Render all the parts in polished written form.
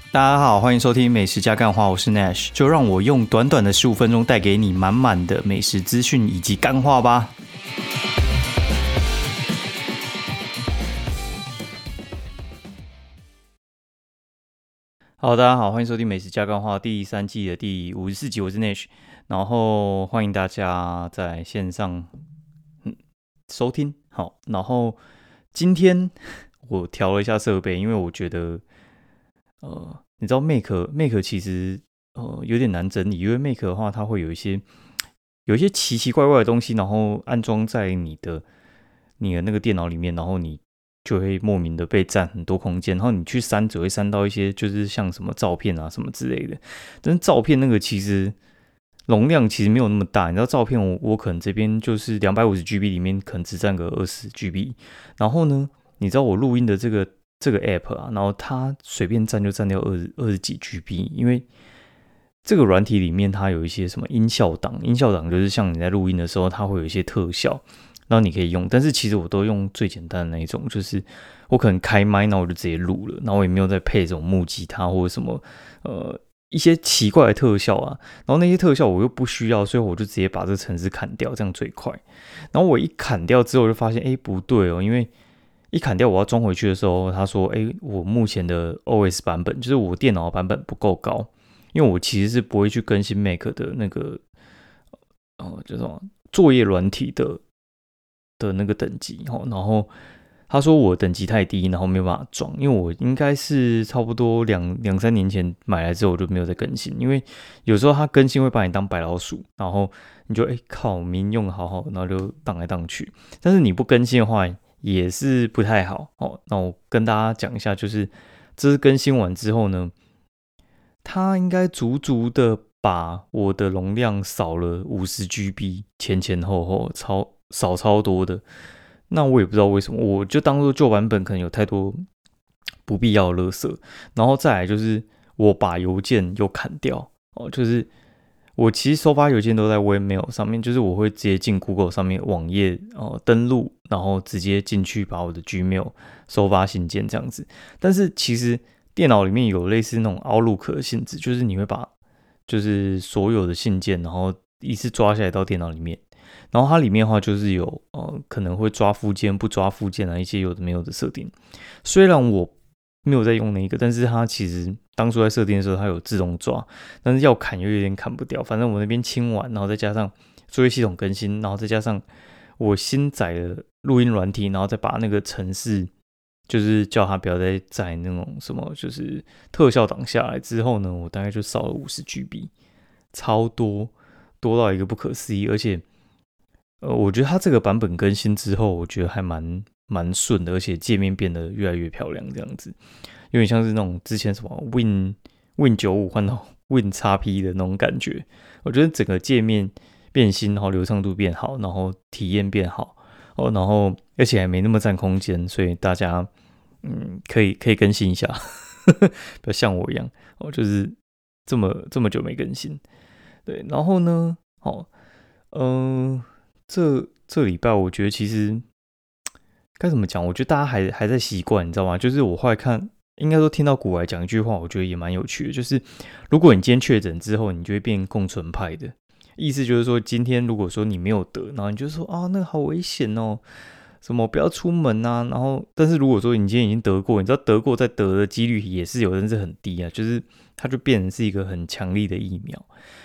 大家好，欢迎收听美食加干话，我是 Nash， 就让我用短短的15分钟带给你满满的美食资讯以及干话吧。好，大家好，欢迎收听美食加干话第3季的第54集，我是 Nash， 然后欢迎大家在线上收听。好，然后今天我调了一下设备，因为我觉得你知道 Make 其实有点难整理，因为 Make 的话它会有一些奇奇怪怪的东西，然后安装在你的那个电脑里面，然后你就会莫名的被占很多空间，然后你去删只会删到一些就是像什么照片啊什么之类的，但是照片那个其实容量其实没有那么大，你知道照片我可能这边就是250GB 里面可能只占个20GB， 然后呢你知道我录音的这个 app 啊，然后它随便占就占掉20几 GB， 因为这个软体里面它有一些什么音效档就是像你在录音的时候它会有一些特效，然后你可以用，但是其实我都用最简单的那一种，就是我可能开麦，然后我就直接录了，然后我也没有再配这种木吉他或者什么一些奇怪的特效啊，然后那些特效我又不需要，所以我就直接把这个程式砍掉，这样最快。然后我一砍掉之后就发现不对哦，因为一砍掉我要装回去的时候，他说我目前的 OS 版本就是我电脑的版本不够高，因为我其实是不会去更新 Mac 的那个叫什么作业软体的那个等级，然后他说我等级太低，然后没有办法装，因为我应该是差不多两三年前买来之后我就没有再更新，因为有时候他更新会把你当白老鼠，然后你就靠明用好好，然后就荡来荡去，但是你不更新的话也是不太好哦。那我跟大家讲一下，就是这次更新完之后呢，它应该足足的把我的容量少了50GB， 前后少超多的。那我也不知道为什么，我就当做旧版本可能有太多不必要的垃圾，然后再来就是我把邮件又砍掉哦，就是我其实收发邮件都在 Webmail 上面，就是我会直接进 Google 上面网页登录，然后直接进去把我的 Gmail 收发信件这样子。但是其实电脑里面有类似那种 Outlook 的性质，就是你会把就是所有的信件，然后一次抓下来到电脑里面。然后它里面的话就是有可能会抓附件不抓附件啊，一些有的没有的设定。虽然我没有在用那个，但是它其实当初在设定的时候它有自动抓，但是要砍又有点砍不掉。反正我那边清完，然后再加上作业系统更新，然后再加上我新载了录音软体，然后再把那个程式就是叫它不要再载那种什么就是特效档下来之后呢，我大概就少了50GB， 超多到一个不可思议，而且我觉得它这个版本更新之后，我觉得还蛮顺的，而且界面变得越来越漂亮，这样子，有点像是那种之前什么 Win 95换到 Win XP 的那种感觉。我觉得整个界面变新，然后流畅度变好，然后体验变好然后而且还没那么占空间，所以大家可以更新一下，不要像我一样就是这么久没更新。对，然后呢，这礼拜我觉得其实该怎么讲？我觉得大家还在习惯，你知道吗？就是我后来看，应该说听到古来讲一句话，我觉得也蛮有趣的，就是如果你今天确诊之后，你就会变共存派的。意思就是说，今天如果说你没有得，然后你就说那个好危险哦，什么不要出门啊。然后，但是如果说你今天已经得过，你知道得过再得的几率也是有，但是很低啊，就是它就变成是一个很强力的疫苗。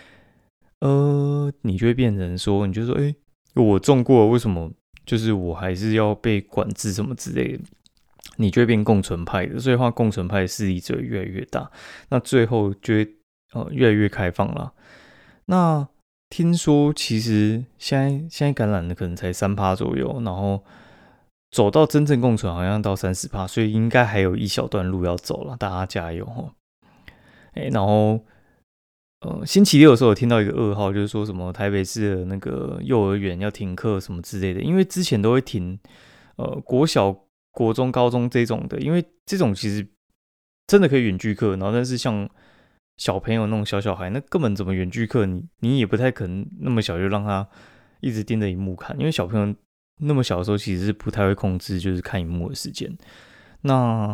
你就会变成说，你就说，我中过，为什么就是我还是要被管制什么之类的？你就会变共存派的，所以话共存派的势力就会越来越大，那最后就会越来越开放啦。那听说其实现在感染的可能才3%左右，然后走到真正共存好像到30%，所以应该还有一小段路要走了，大家加油然后星期六的时候有听到一个噩耗，就是说什么台北市的那个幼儿园要停课什么之类的，因为之前都会停国小、国中、高中这种的，因为这种其实真的可以远距课，然后但是像小朋友那种小孩，那根本怎么远距课，你也不太可能那么小就让他一直盯着萤幕看，因为小朋友那么小的时候其实是不太会控制就是看萤幕的时间。那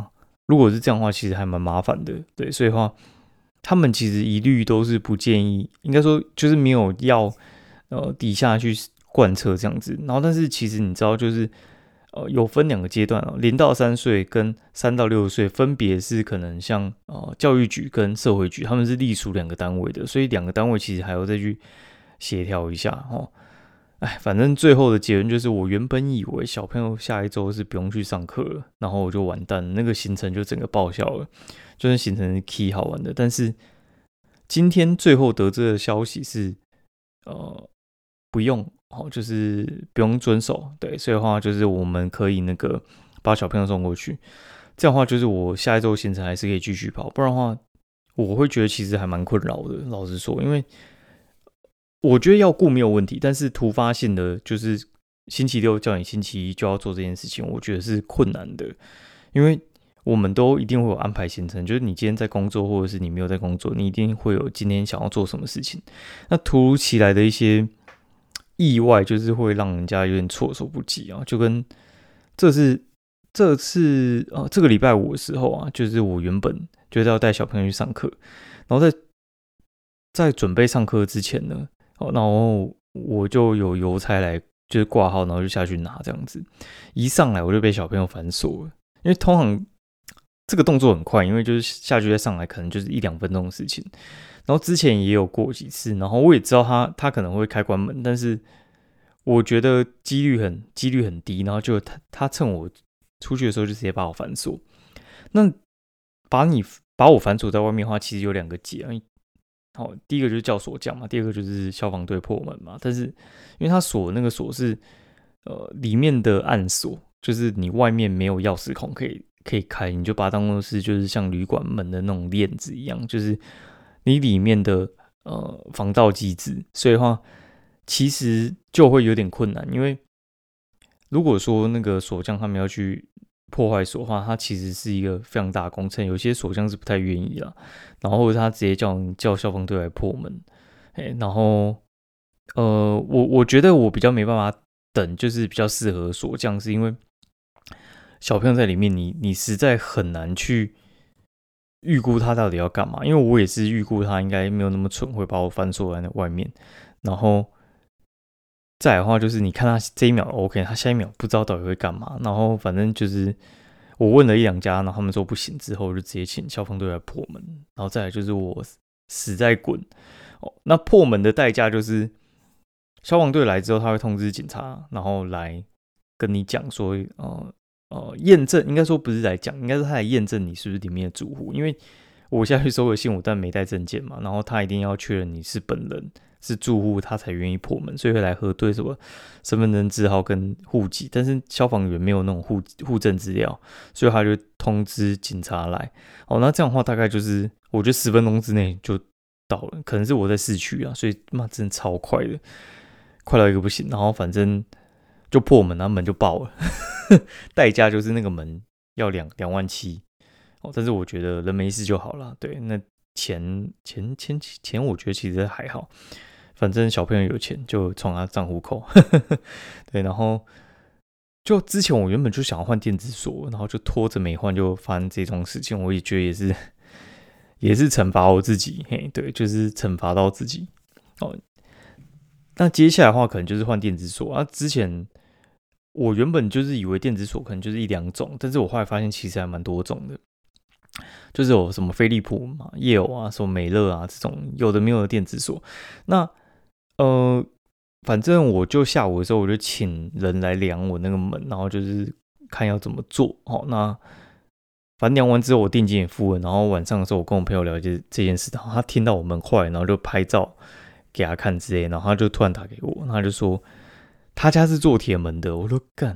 如果是这样的话，其实还蛮麻烦的，对，所以的话，他们其实一律都是不建议，应该说就是没有要底下去贯彻这样子。然后，但是其实你知道，就是有分2个阶段哦，0到3岁跟3到6岁，分别是可能像教育局跟社会局，他们是隶属2个单位的，所以2个单位其实还要再去协调一下哦。哎，反正最后的结论就是，我原本以为小朋友下一周是不用去上课了，然后我就完蛋了，那个行程就整个报销了，就是行程是 key 好玩的。但是今天最后得知的消息是，不用就是不用遵守，对，所以的话就是我们可以那个把小朋友送过去，这样的话就是我下一周行程还是可以继续跑，不然的话我会觉得其实还蛮困扰的，老实说，因为我觉得要顾没有问题，但是突发性的就是星期六叫你星期一就要做这件事情，我觉得是困难的，因为我们都一定会有安排行程，就是你今天在工作，或者是你没有在工作，你一定会有今天想要做什么事情。那突如其来的一些意外，就是会让人家有点措手不及啊。就跟这次这个礼拜5的时候啊，就是我原本就是要带小朋友去上课，然后在准备上课之前呢。然后我就有邮差来，就是挂号，然后就下去拿这样子。一上来我就被小朋友反锁了，因为通常这个动作很快，因为就是下去再上来可能就是1-2分钟的事情。然后之前也有过几次，然后我也知道他可能会开关门，但是我觉得几率很低，然后就他趁我出去的时候就直接把我反锁。那把我反锁在外面的话，其实有2个解啊。第一个就是叫锁匠嘛，第二个就是消防队破门嘛。但是因为他锁那个锁是里面的暗锁，就是你外面没有钥匙孔可以开，你就把它当作是就是像旅馆门的那种链子一样，就是你里面的防盗机制。所以的话，其实就会有点困难，因为如果说那个锁匠他们要去破坏锁的话，它其实是一个非常大的工程，有些锁匠是不太愿意啦，然后或者他直接叫消防队来破门，然后我觉得我比较没办法等，就是比较适合锁匠，是因为小朋友在里面你实在很难去预估他到底要干嘛，因为我也是预估他应该没有那么蠢，会把我反锁在那外面，然后再来的话就是你看他这一秒 OK， 他下一秒不知道到底会干嘛，然后反正就是我问了1-2家，然后他们说不行，之后就直接请消防队来破门，然后再来就是我死在滚。那破门的代价就是消防队来之后，他会通知警察，然后来跟你讲说，验证，应该说不是来讲，应该是他来验证你是不是里面的住户，因为我下去收个信，我但没带证件嘛，然后他一定要确认你是本人。是住户，他才愿意破门，所以会来核对什么身份证字号跟户籍，但是消防员没有那种户政资料，所以他就通知警察来。那这样的话大概就是我觉得10分钟之内就到了，可能是我在市区啊，所以真的超快的，快到一个不行。然后反正就破门，然后门就爆了，代价就是那个门要2.7万，但是我觉得人没事就好了。对，那钱我觉得其实还好，反正小朋友有钱就从他账户扣。对，然后就之前我原本就想要换电子锁，然后就拖着没换，就发生这种事情，我也觉得也是惩罚我自己，对，就是惩罚到自己。那接下来的话可能就是换电子锁啊。之前我原本就是以为电子锁可能就是1-2种，但是我后来发现其实还蛮多种的。就是有什么飞利浦嘛、叶偶啊、什么美乐啊这种有的没有的电子锁。那反正我就下午的时候我就请人来量我那个门，然后就是看要怎么做。那反正量完之后我定金也付了，然后晚上的时候我跟我朋友聊这件事，然后他听到我门坏，然后就拍照给他看之类，然后他就突然打给我，然后他就说他家是做铁门的，我说干。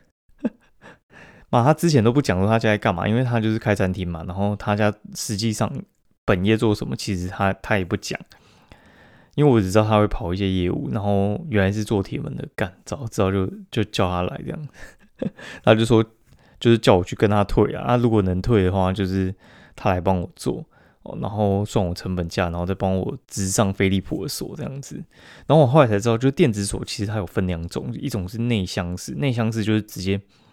他之前都不讲说他家在干嘛，因为他就是开餐厅嘛，然后他家实际上本业做什么，其实他也不讲，因为我只知道他会跑一些业务，然后原来是做铁门的，干，早知道就叫他来这样，他就说就是叫我去跟他退啊，如果能退的话，就是他来帮我做，然后算我成本价，然后再帮我植上飞利浦的锁这样子。然后我后来才知道，就是电子锁其实它有分2种，一种是内箱式，内箱式就是直接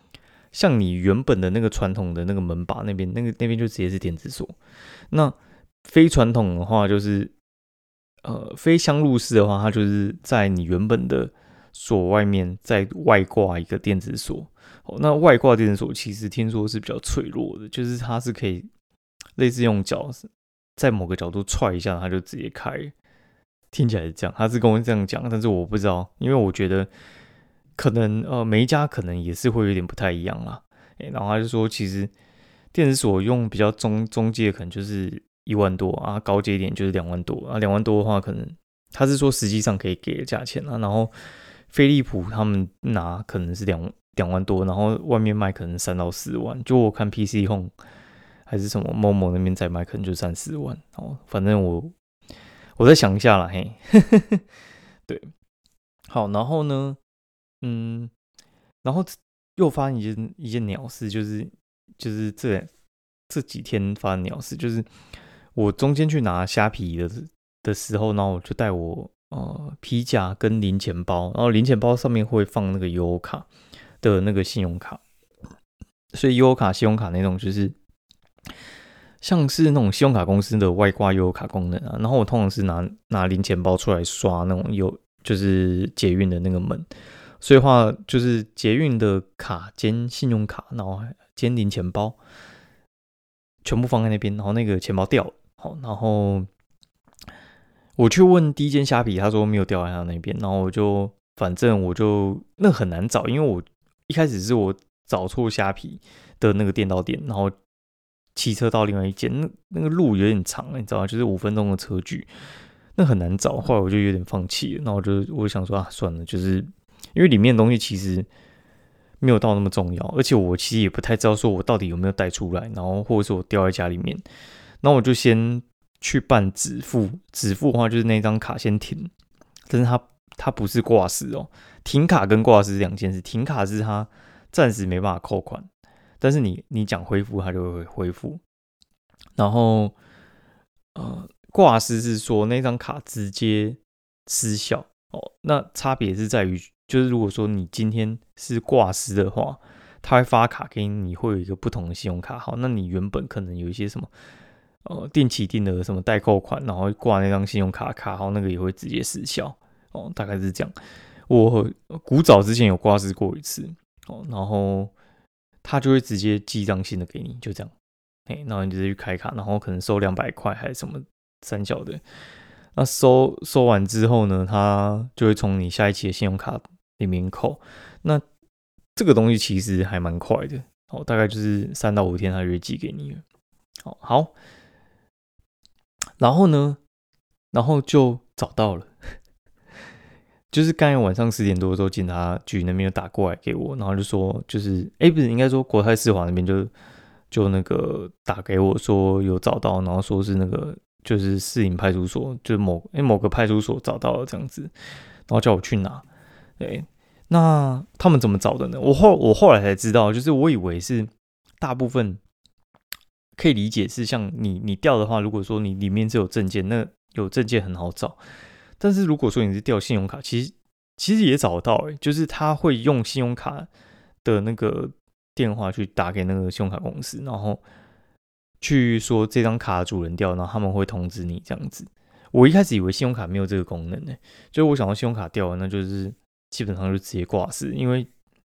像你原本的那个传统的那个门把那边，那边就直接是电子锁。那非传统的话，就是非相入式的话，它就是在你原本的锁外面再外挂一个电子锁。那外挂电子锁其实听说是比较脆弱的，就是它是可以类似用脚在某个角度踹一下，它就直接开。听起来是这样，他是跟我这样讲，但是我不知道，因为我觉得可能每一家可能也是会有点不太一样啦。然后他就说，其实电子锁用比较中阶可能就是1万多啊，高阶一点就是2万多啊，2万多的话可能他是说实际上可以给的价钱啊，然后飞利浦他们拿可能是2万多，然后外面卖可能3到4万，就我看 PC Home 还是什么 Momo 那边在卖，可能就3、4万。反正我再想一下啦，嘿，对，好，然后呢，然后又发生一件鸟事，就是这几天发生鸟事，就是我中间去拿虾皮的时候，然后我就带我皮夹跟零钱包，然后零钱包上面会放那个悠游卡的那个信用卡，所以悠游卡、信用卡那种就是像是那种信用卡公司的外挂悠游卡功能啊，然后我通常是拿零钱包出来刷那种就是捷运的那个门，所以话就是捷运的卡兼信用卡，然后兼零钱包，全部放在那边，然后那个钱包掉了，好，然后我去问第一间虾皮，他说没有掉在他那边，然后反正我就那很难找，因为我一开始是我找错虾皮的那个店到店，然后骑车到另外一间，那个路有点长，你知道吗？就是5分钟的车距，那很难找。后来我就有点放弃了，然后我就想说啊，算了，就是因为里面的东西其实没有到那么重要，而且我其实也不太知道说我到底有没有带出来，然后或者是我掉在家里面，然后我就先去办止付，止付的话就是那张卡先停，但是它不是挂失哦，停卡跟挂失是两件事，停卡是它暂时没办法扣款。但是你讲恢复，它就会恢复。然后挂失是说那张卡直接失效哦。那差别是在于，就是如果说你今天是挂失的话，他会发卡给你，会有一个不同的信用卡号。那你原本可能有一些什么定期定额什么代扣款，然后挂那张信用卡卡号，那个也会直接失效哦。大概是这样。我古早之前有挂失过一次哦，然后他就会直接寄一张新的给你，就这样。然后你直接去开卡，然后可能收200块还是什么三小的。那收完之后呢，他就会从你下一期的信用卡里面扣。那这个东西其实还蛮快的，大概就是3到5天，他就会寄给你了。好，然后呢，然后就找到了。就是刚才晚上10点多的时候，警察局那边就打过来给我，然后就说，就是不是应该说国泰世华那边就那个打给我说有找到，然后说是那个就是士林派出所，就是某个派出所找到了这样子，然后叫我去拿。对，那他们怎么找的呢？我后来才知道，就是我以为是大部分可以理解是像你调的话，如果说你里面是有证件，那有证件很好找。但是如果说你是调信用卡，其实也找得到，就是他会用信用卡的那个电话去打给那个信用卡公司，然后去说这张卡的主人调，然后他们会通知你这样子。我一开始以为信用卡没有这个功能呢，就是我想到信用卡掉了，那就是基本上就直接挂失，因为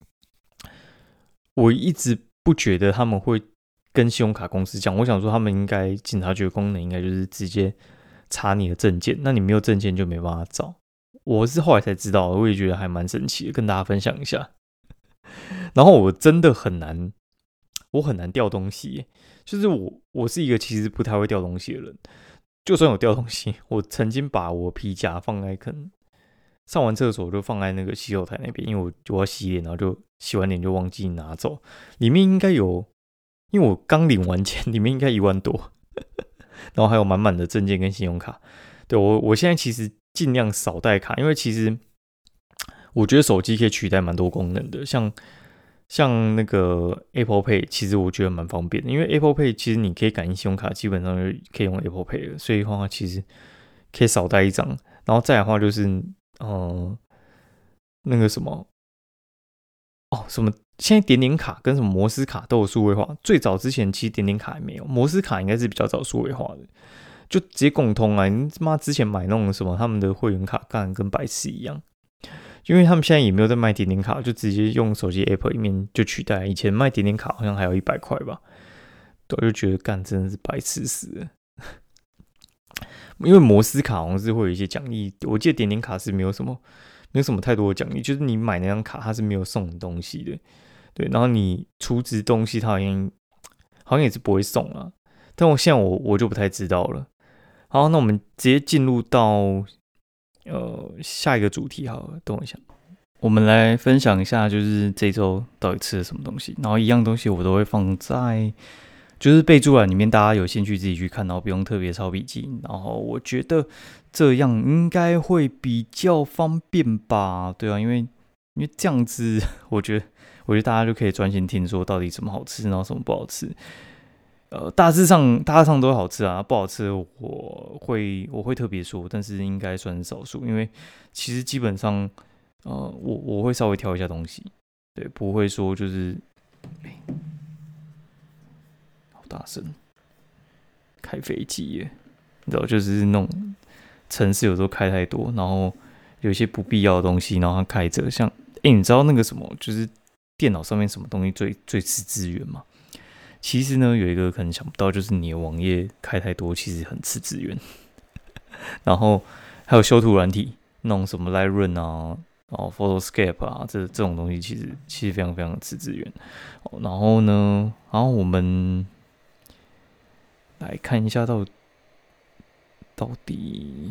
我一直不觉得他们会跟信用卡公司讲，我想说他们应该警察局的功能应该就是直接查你的证件，那你没有证件就没办法找。我是后来才知道，我也觉得还蛮神奇的，跟大家分享一下。然后我真的很难调东西，就是我是一个其实不太会调东西的人，就算有调东西，我曾经把我皮夹放在可能上完厕所就放在那个洗手台那边，因为我要洗脸，然后就洗完脸就忘记拿走，里面应该有，因为我刚领完钱，里面应该1万多。然后还有满满的证件跟信用卡。对，我现在其实尽量少带卡，因为其实我觉得手机可以取代蛮多功能的，像那个 Apple Pay， 其实我觉得蛮方便的，因为 Apple Pay 其实你可以感应信用卡，基本上就可以用 Apple Pay 了，所以的话其实可以少带一张。然后再来的话就是那个什么现在点点卡跟什么摩斯卡都有数位化，最早之前其实点点卡还没有，摩斯卡应该是比较早数位化的，就直接共通啊！你妈之前买那种什么他们的会员卡，干跟白痴一样。因为他们现在也没有在卖点点卡，就直接用手机 App 里面就取代。以前卖点点卡好像还要100块吧，对，就觉得干真的是白痴死了。因为摩斯卡好像是会有一些奖励，我记得点点卡是没有什么太多的奖励，就是你买那张卡它是没有送你东西的，对，然后你储值东西它好像也是不会送啊，但我现在我就不太知道了。好，那我们直接进入到下一个主题好了，等我一下，我们来分享一下，就是这周到底吃了什么东西，然后一样东西我都会放在就是备注栏里面，大家有兴趣自己去看，然后不用特别抄笔记，然后我觉得这样应该会比较方便吧，对啊，因为这样子，我觉得大家就可以专心听说到底什么好吃，然后什么不好吃。大致上都好吃啊，不好吃我会特别说，但是应该算是少数，因为其实基本上，我会稍微挑一下东西，对，不会说就是，好大声，开飞机耶，你知道，就是那种城市有时候开太多，然后有一些不必要的东西，然后它开着，像，你知道那个什么，就是电脑上面什么东西最吃资源吗？其实呢，有一个可能想不到，就是你的网页开太多，其实很吃资源。然后还有修图软体，那种什么 Lightroom 啊，然后 Photoscape 啊，这种东西其实非常非常吃资源。然后呢，我们来看一下到底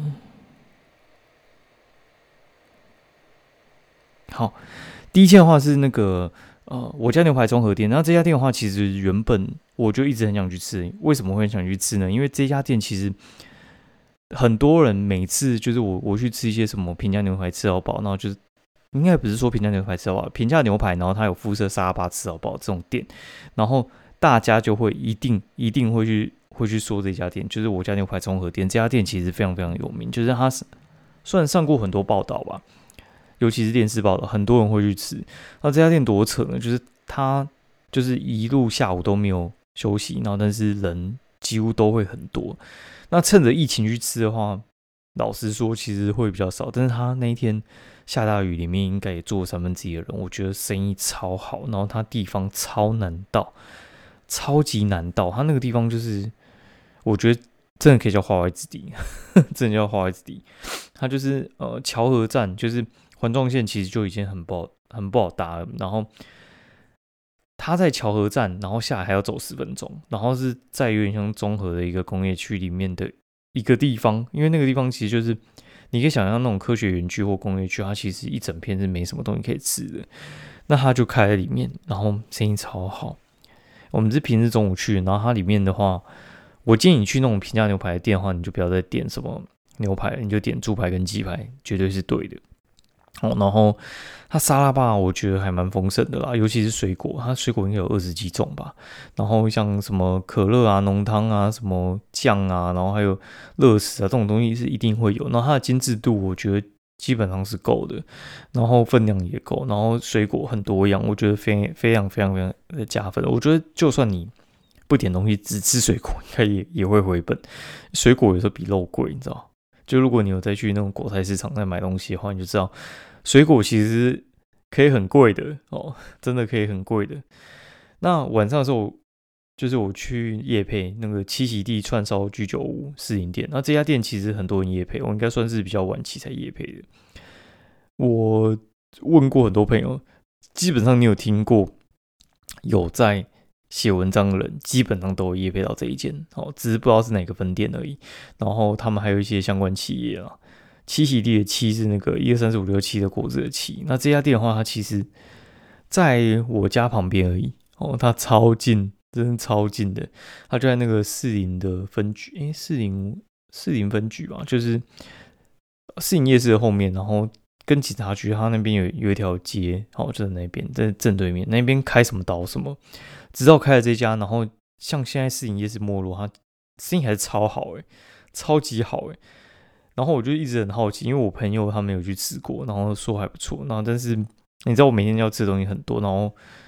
好，第一件的话是那个我家牛排综合店。那这家店的话，其实原本我就一直很想去吃。为什么会很想去吃呢？因为这家店其实很多人每次就是我去吃一些什么平价牛排吃到饱，然后就是应该不是说平价牛排吃到饱，平价牛排，然后它有附设沙拉吧吃到饱这种店，然后大家就会一定会去说这家店，就是我家牛排综合店。这家店其实非常非常有名，就是它虽然上过很多报道吧。尤其是电视报道，很多人会去吃。那这家店多扯呢？就是它就是一路下午都没有休息，然后但是人几乎都会很多。那趁着疫情去吃的话，老实说其实会比较少。但是他那一天下大雨，里面应该也坐1/3的人，我觉得生意超好。然后他地方超难到，超级难到。他那个地方就是我觉得真的可以叫化外之地，真的叫化外之地。它就是桥河站，就是环状线其实就已经很不好搭了，然后它在桥河站，然后下来还要走10分钟，然后是在有点像综合的一个工业区里面的一个地方，因为那个地方其实就是你可以想象那种科学园区或工业区，它其实一整片是没什么东西可以吃的，那它就开在里面，然后生意超好。我们是平日中午去，然后它里面的话，我建议你去那种平价牛排的店的话，你就不要再点什么牛排，你就点猪排跟鸡排，绝对是对的。然后它沙拉吧，我觉得还蛮丰盛的啦，尤其是水果，它水果应该有20几种吧。然后像什么可乐啊、浓汤啊、什么酱啊，然后还有乐事啊，这种东西是一定会有。然后它的精致度，我觉得基本上是够的，然后分量也够，然后水果很多样，我觉得非常的加分。我觉得就算你不点东西，只吃水果，应该也会回本。水果有时候比肉贵，你知道？就如果你有再去那种果菜市场在买东西的话，你就知道水果其实可以很贵的哦，真的可以很贵的。那晚上的时候，就是我去业配那个七喜地串烧居酒屋试营店，那这家店其实很多人业配，我应该算是比较晚期才业配的。我问过很多朋友，基本上你有听过有在写文章的人基本上都有业配到这一间，只是不知道是哪个分店而已。然后他们还有一些相关企业啦，七喜地的七是那个1、2、3、4、5、6、7的果子的七。那这家店的话，它其实在我家旁边而已它超近，真的超近的。它就在那个士林的分局，士林分局吧，就是士林夜市的后面，然后跟警察局它那边有一条街，就在那边，在正对面，那边开什么刀什么。直到开了这家，然后像现在士林夜市没落，它生意还是超好超级好然后我就一直很好奇，因为我朋友他们有去吃过，然后说还不错，然后但是你知道我每天要吃的东西很多，然后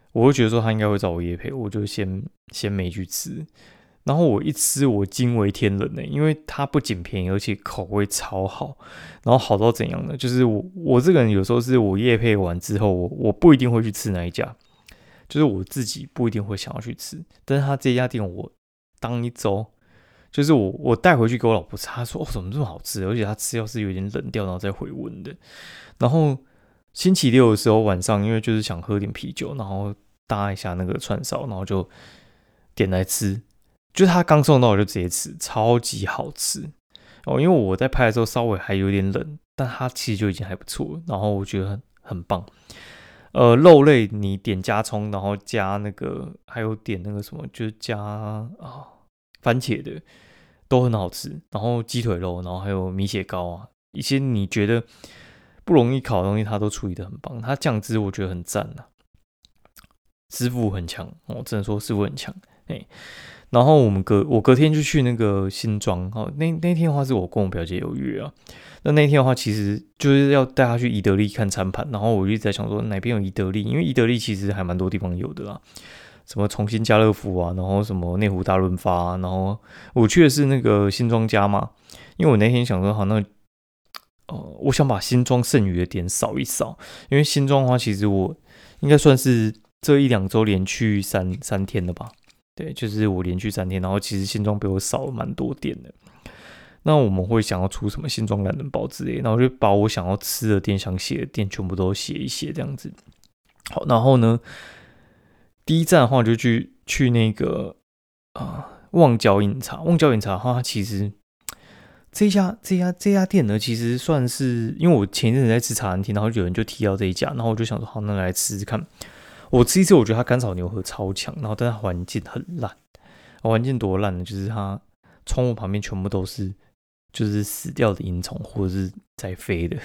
我会觉得说他应该会找我业配，我就先没去吃。然后我一吃，我惊为天人呢，因为它不仅便宜，而且口味超好。然后好到怎样呢？就是我这个人有时候是我业配完之后，我不一定会去吃那一家，就是我自己不一定会想要去吃。但是他这家店我当一周，就是我带回去给我老婆吃，她说怎么这么好吃，而且她吃要是有点冷掉，然后再回温的。然后星期六的时候晚上，因为就是想喝点啤酒，然后搭一下那个串烧，然后就点来吃。就是他刚送到我就直接吃，超级好吃哦。因为我在拍的时候稍微还有点冷，但它其实就已经还不错了。然后我觉得很棒。肉类你点加葱，然后加那个还有点那个什么，就是加番茄的都很好吃。然后鸡腿肉，然后还有米血糕啊，一些你觉得不容易烤的东西，它都处理的很棒。它酱汁我觉得很赞啊，师傅很强，我只能说师傅很强。然后我隔天就去那个新庄，那天的话是我跟我表姐有约啊。那天的话其实就是要带她去宜得利看餐盘，然后我就一直在想说哪边有宜得利，因为宜得利其实还蛮多地方有的啦，什么重新家乐福啊，然后什么内湖大润发啊，然后我去的是那个新庄家嘛，因为我那天想说好我想把新庄剩余的点扫一扫，因为新庄的话其实我应该算是这1-2周连去三天了吧。对，就是我连续3天，然后其实新庄比我少了蛮多店的。那我们会想要出什么新庄懒人包之类，然后就把我想要吃的店、想写的店全部都写一写这样子。好，然后呢，第一站的话就去那个旺角饮茶。旺角饮茶的话，它其实这家店呢，其实算是因为我前一阵子在吃茶餐厅，然后有人就提到这一家，然后我就想说，好，那来吃吃看。我吃一次，我觉得它干炒牛河超强，然后但它环境很烂。环境多烂呢？就是它窗户旁边全部都是就是死掉的萤虫或者是在飞的。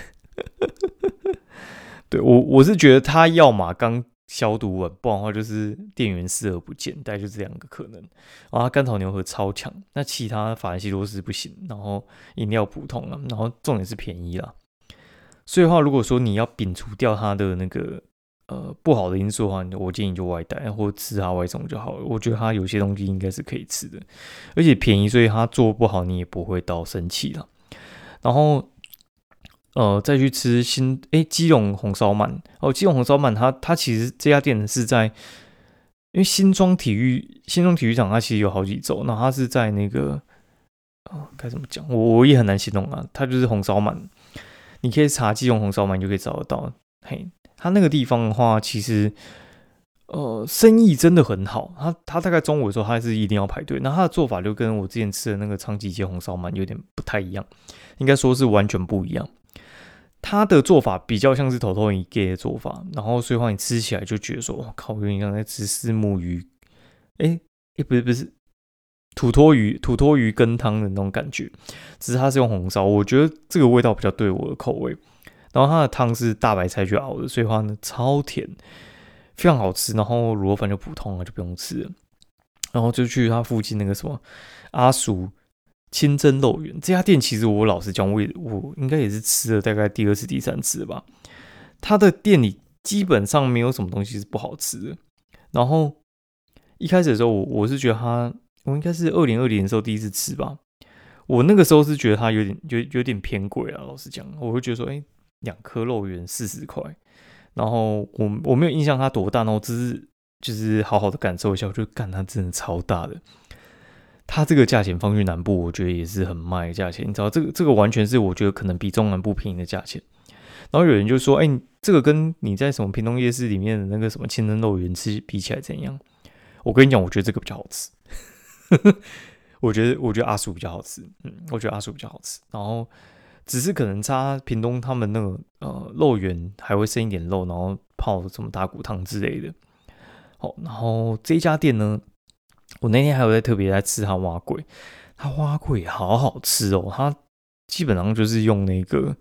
对，我是觉得它要么刚消毒完，不然的话就是店员视而不见，大概就这2个可能。然后它干炒牛河超强，那其他法兰西多士不行，然后饮料普通了，然后重点是便宜啦。所以的话，如果说你要摒除掉它的那个不好的因素的话，我建议就外带或吃它外送就好了。我觉得它有些东西应该是可以吃的，而且便宜，所以它做不好你也不会到生气啦。然后再去吃基隆红烧鳗基隆红烧鳗它其实这家店是在，因为新庄体育场它其实有好几周，那它是在那个该怎么讲，我也很难形容啊。它就是红烧鳗，你可以查基隆红烧鳗就可以找得到。嘿。他那个地方的话，其实生意真的很好。他大概中午的时候，他是一定要排队。那他的做法就跟我之前吃的那个昌吉街红烧鳗有点不太一样，应该说是完全不一样。他的做法比较像是头头一 gay 的做法，然后所以话你吃起来就觉得说，我靠，有点像在吃虱目鱼，不是土托鱼羹汤的那种感觉，只是它是用红烧，我觉得这个味道比较对我的口味。然后它的汤是大白菜去熬的，所以话呢超甜，非常好吃。然后卤肉饭就普通了，就不用吃了。然后就去它附近那个什么阿叔清蒸肉圆这家店，其实我老实讲，我应该也是吃了大概第2次、第3次了吧。它的店里基本上没有什么东西是不好吃的。然后一开始的时候，我是觉得我应该是2020年的时候第一次吃吧。我那个时候是觉得它有点偏贵啊，老实讲，我会觉得说，2颗肉圆40块，然后我没有印象它多大，然后只是就是好好的感受一下，我就干它真的超大的。它这个价钱放去南部，我觉得也是很卖的价钱，你知道这个完全是我觉得可能比中南部便宜的价钱。然后有人就说，这个跟你在什么屏东夜市里面的那个什么清蒸肉圆吃比起来怎样？我跟你讲，我觉得这个比较好吃。我觉得阿叔比较好吃，我觉得阿叔比较好吃。然后只是可能差屏东他们那个肉圆还会剩一点肉，然后泡什么大骨汤之类的。好，然后这一家店呢，我那天还有特别在吃它蛙粿，它蛙粿好好吃哦。它基本上就是用那个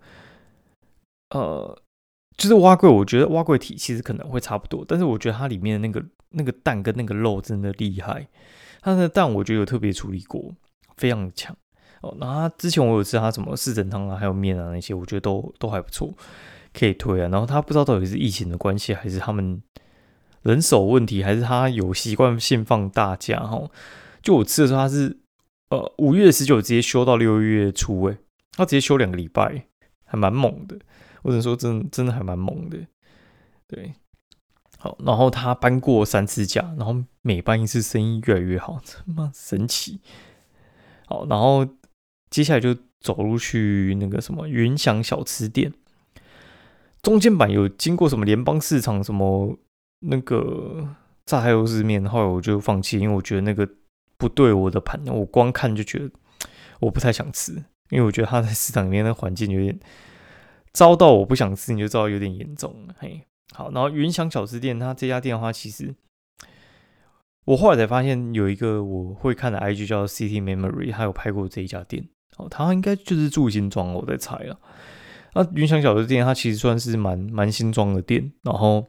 就是蛙粿，我觉得蛙粿体其实可能会差不多，但是我觉得它里面的那个蛋跟那个肉真的厉害。它的蛋我觉得有特别处理过，非常强。那之前我有吃它什么四神汤啊，还有面啊那些，我觉得都还不错，可以推啊。然后它不知道到底是疫情的关系，还是他们人手问题，还是他有习惯性放大假哈。就我吃的时候，他是5月19直接休到6月初，他直接休2个礼拜，还蛮猛的。我只能说真的还蛮猛的，对。好，然后他搬过3次假，然后每搬一次生意越来越好，他妈神奇。好，然后接下来就走路去那个什么云祥小吃店，中间版有经过什么联邦市场什么那个炸太肉丝面，后来我就放弃，因为我觉得那个不对我的盘，我光看就觉得我不太想吃，因为我觉得他在市场里面的环境有点糟到我不想吃，你就知道有点严重了。嘿，好，然后云祥小吃店，它这家店的话，其实我后来才发现有一个我会看的 IG 叫 City Memory， 他有拍过这一家店。哦，他应该就是住新庄，我在猜了。那云祥小吃店，它其实算是蛮新庄的店，然后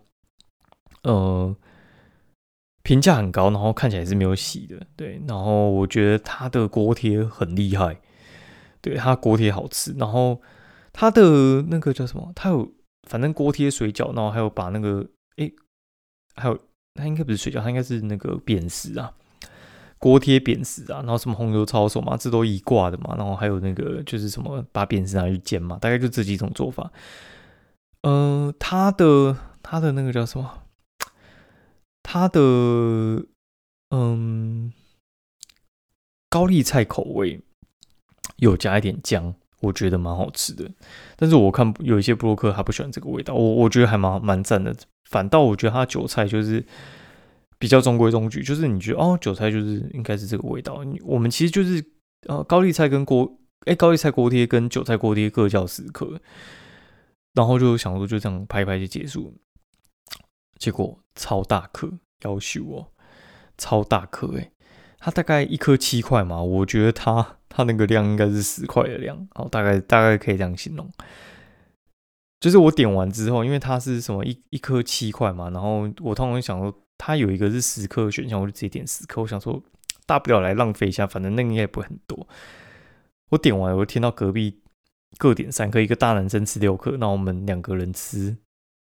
评价很高，然后看起来是没有洗的，对。然后我觉得它的锅贴很厉害，对，它锅贴好吃，然后它的那个叫什么？它有反正锅贴水饺，然后还有把那个还有它应该不是水饺，它应该是那个扁食啊，锅贴扁食啊，然后什么红油抄手嘛，这都一挂的嘛，然后还有那个就是什么把扁食拿去煎嘛，大概就这几种做法。它的那个叫什么？它的高丽菜口味有加一点姜，我觉得蛮好吃的。但是我看有一些部落客他不喜欢这个味道，我觉得还蛮赞的。反倒我觉得它韭菜就是比较中规中矩，就是你觉得韭菜就是应该是这个味道。我们其实就是高丽菜高丽菜锅贴跟韭菜锅贴各叫10颗，然后就想说就这样拍一拍就结束。结果超大颗，要求哦，超大颗它大概1颗7块嘛，我觉得它那个量应该是10块的量，大概可以这样形容。就是我点完之后，因为它是什么一颗7块嘛，然后我通常会想说，它有一个是10颗的选项，我就直接点10颗。我想说，大不了来浪费一下，反正那个应该也不会很多。我点完，我听到隔壁各点3颗，一个大男生吃6颗，然后我们2个人吃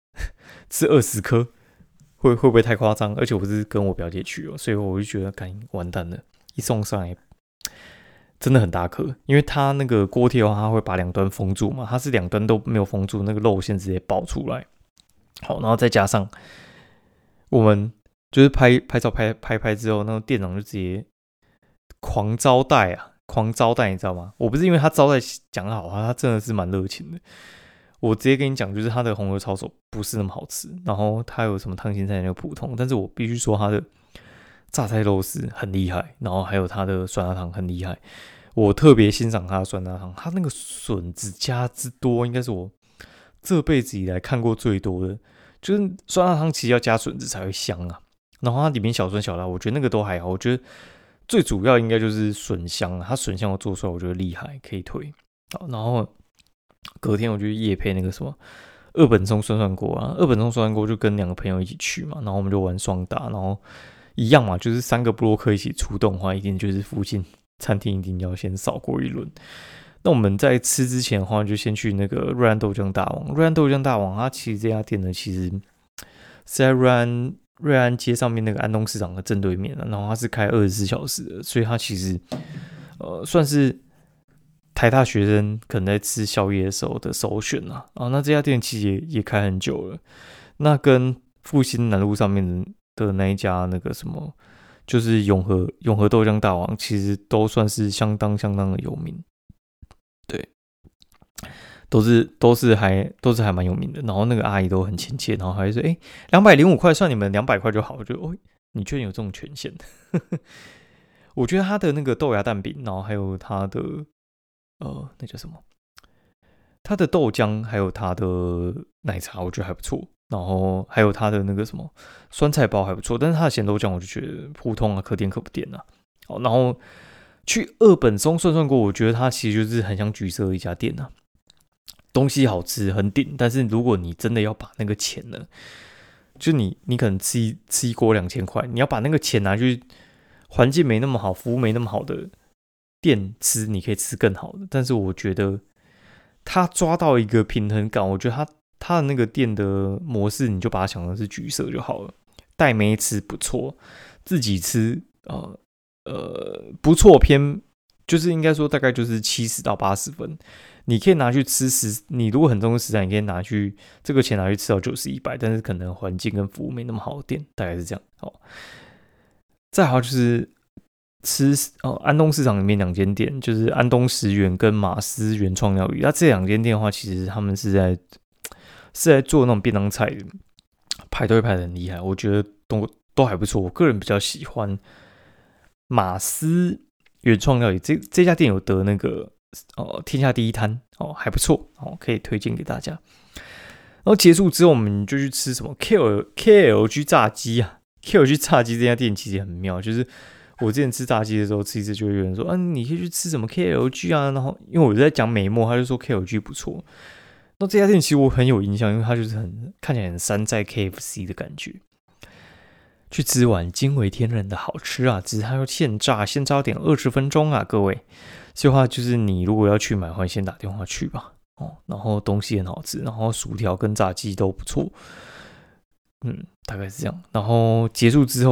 20颗。会不会太夸张？而且我是跟我表姐去所以我就觉得完蛋了，一送上来真的很大颗，因为它那个锅贴的话，它会把2端封住嘛，它是2端都没有封住，那个肉馅直接爆出来。好，然后再加上我们就是拍照拍之后，那个店长就直接狂招待，你知道吗？我不是因为他招待讲好他真的是蛮热情的。我直接跟你讲，就是它的红油抄手不是那么好吃，然后它有什么烫青菜那个普通，但是我必须说它的榨菜肉丝很厉害，然后还有它的酸辣汤很厉害，我特别欣赏它的酸辣汤，它那个笋子加之多，应该是我这辈子以来看过最多的，就是酸辣汤其实要加笋子才会香啊，然后它里面小酸小辣，我觉得那个都还好，我觉得最主要应该就是笋香，它笋香我做出来我觉得厉害，可以推。好，然后隔天我就业配那个什么二本松涮涮锅啊，二本松涮涮锅就跟2个朋友一起去嘛，然后我们就玩双打，然后一样嘛，就是3个部落客一起出动的话，一定就是附近餐厅一定要先扫过一轮。那我们在吃之前的话，就先去那个瑞安豆浆大王。瑞安豆浆大王，它其实这家店呢，其实是在瑞安街上面那个安东市场的正对面，然后它是开24小时的，所以它其实算是台大学生可能在吃宵夜的时候的首选啦。那这家店其实也开很久了。那跟复兴南路上面的那一家那个什么，就是永和豆浆大王，其实都算是相当的有名。对，都是还蛮有名的。然后那个阿姨都很亲切，然后还说205块算你们200块就好。我觉得你居然有这种权限。我觉得他的那个豆芽蛋饼，然后还有他的那叫什么？它的豆浆还有它的奶茶，我觉得还不错。然后还有它的那个什么酸菜包还不错，但是它的咸豆浆我就觉得普通啊，可点可不点啊。好，然后去二本松涮锅，我觉得它其实就是很像橘色的一家店啊，东西好吃很顶。但是如果你真的要把那个钱呢，就你可能吃一锅2000块，你要把那个钱拿去环境没那么好、服务没那么好的店吃，你可以吃更好的。但是我觉得他抓到一个平衡感，我觉得他的那个店的模式，你就把它想成是橘色就好了。 带妹吃不错，自己吃不错偏，就是应该说大概就是70到80分。你可以拿去吃你如果很重视食材，你可以拿去这个钱拿去吃到90、100，但是可能环境跟服务没那么好的店，大概是这样。好，再好就是吃安东市场里面2间店，就是安东食园跟马斯原创料理。那这2间店的话，其实他们是在做那种便当菜的，排队排得很厉害，我觉得都还不错。我个人比较喜欢马斯原创料理，这家店有得那个天下第一摊还不错可以推荐给大家。然后结束之后，我们就去吃什么 KLG 炸鸡啊。KLG 炸鸡这家店其实也很妙，就是我之前吃炸鸡的时候，吃一次就会有人说你可以去吃什么 KLG 啊。然后因为我在讲美墨，他就说 KLG 不错。那这家店其实我很有印象，因为它就是看起来很山寨 KFC 的感觉。去吃完惊为天人的好吃啊！只是它要现炸点20分钟啊，各位。所以话就是你如果要去买，先打电话去吧。然后东西很好吃，然后薯条跟炸鸡都不错。大概是这样。然后结束之后，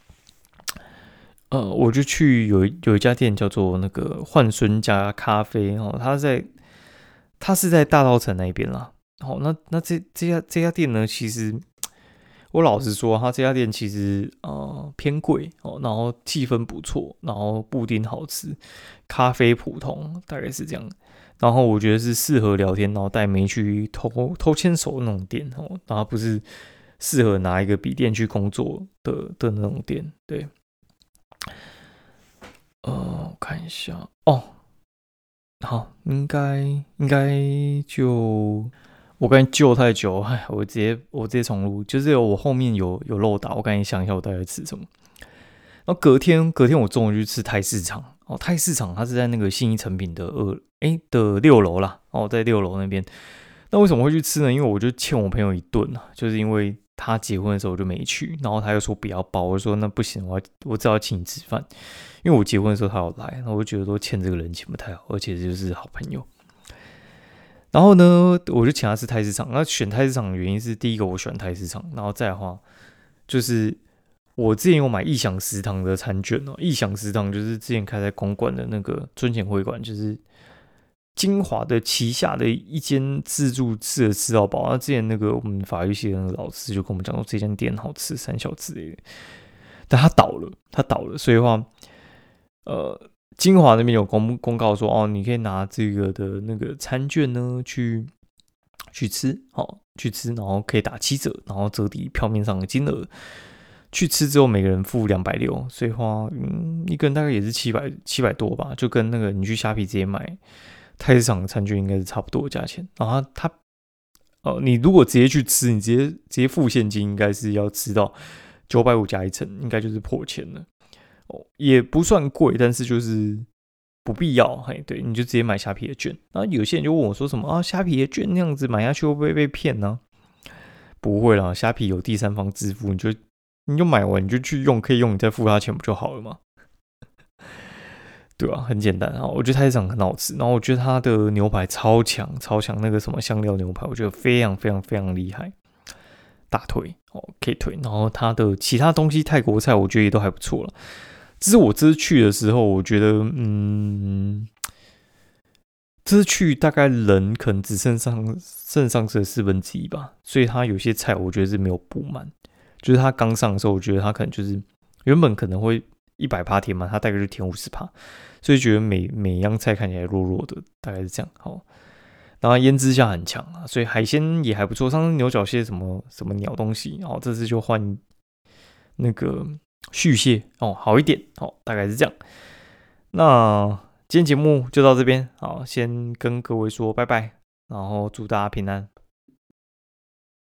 我就去有一家店叫做那个焕孙家咖啡它是在大稻埕那边啦。那这家店呢，其实我老实说，它这家店其实偏贵然后气氛不错，然后布丁好吃，咖啡普通，大概是这样。然后我觉得是适合聊天，然后带妹去偷牵手那种店然后不是适合拿一个笔电去工作的那种店。对，我看一下好，应该就我刚才救太久，我直接重录，就是我后面有漏打，我赶紧想一下我大概吃什么。然后隔天我中午去吃泰市场泰市场它是在那个信义诚品的6楼啦在6楼那边。那为什么会去吃呢？因为我就欠我朋友一顿就是因为他结婚的时候我就没去，然后他又说不要包，我就说那不行，我只好请你吃饭，因为我结婚的时候他有来，然后我就觉得说欠这个人情不太好，而且就是好朋友。然后呢，我就请他吃泰市场。那选泰市场的原因是，第一个我喜欢泰市场，然后再的话就是我之前有买义享食堂的餐券义享食堂就是之前开在公馆的那个尊贤会馆，就是精华的旗下的一间自助式的吃到饱。那之前那个我们法律系的那个老师就跟我们讲说这间店好吃3小之类的，但他倒了，所以的话精华那边有公告说你可以拿这个的那个餐券呢去吃然后可以打7折，然后折抵票面上的金额。去吃之后每个人付260，所以话一个人大概也是700多吧，就跟那个你去虾皮直接买泰市场的餐券应该是差不多的价钱。然后你如果直接去吃，你直接付现金，应该是要吃到950加1层，应该就是破千了。也不算贵，但是就是不必要。对，你就直接买虾皮的券。然后有些人就问我说什么虾皮的券那样子买下去会不会被骗呢？不会啦，虾皮有第三方支付，你就买完你就去用，可以用你再付他钱不就好了吗？对啊，很简单我觉得泰市场很好吃，然后我觉得它的牛排超强，那个什么香料牛排，我觉得非常非常非常厉害，大推可以推。然后它的其他东西泰国菜我觉得也都还不错了。只是我这次去的时候，我觉得这次去大概人可能只剩上是1/4吧，所以它有些菜我觉得是没有补满。就是他刚上的时候，我觉得他可能就是原本可能会100%填满，他大概就填50%，所以觉得每一样菜看起来弱弱的，大概是这样。然后腌制下很强所以海鲜也还不错。上次牛角蟹什么鸟东西这次就换那个续蟹好一点大概是这样。那今天节目就到这边，先跟各位说拜拜，然后祝大家平安。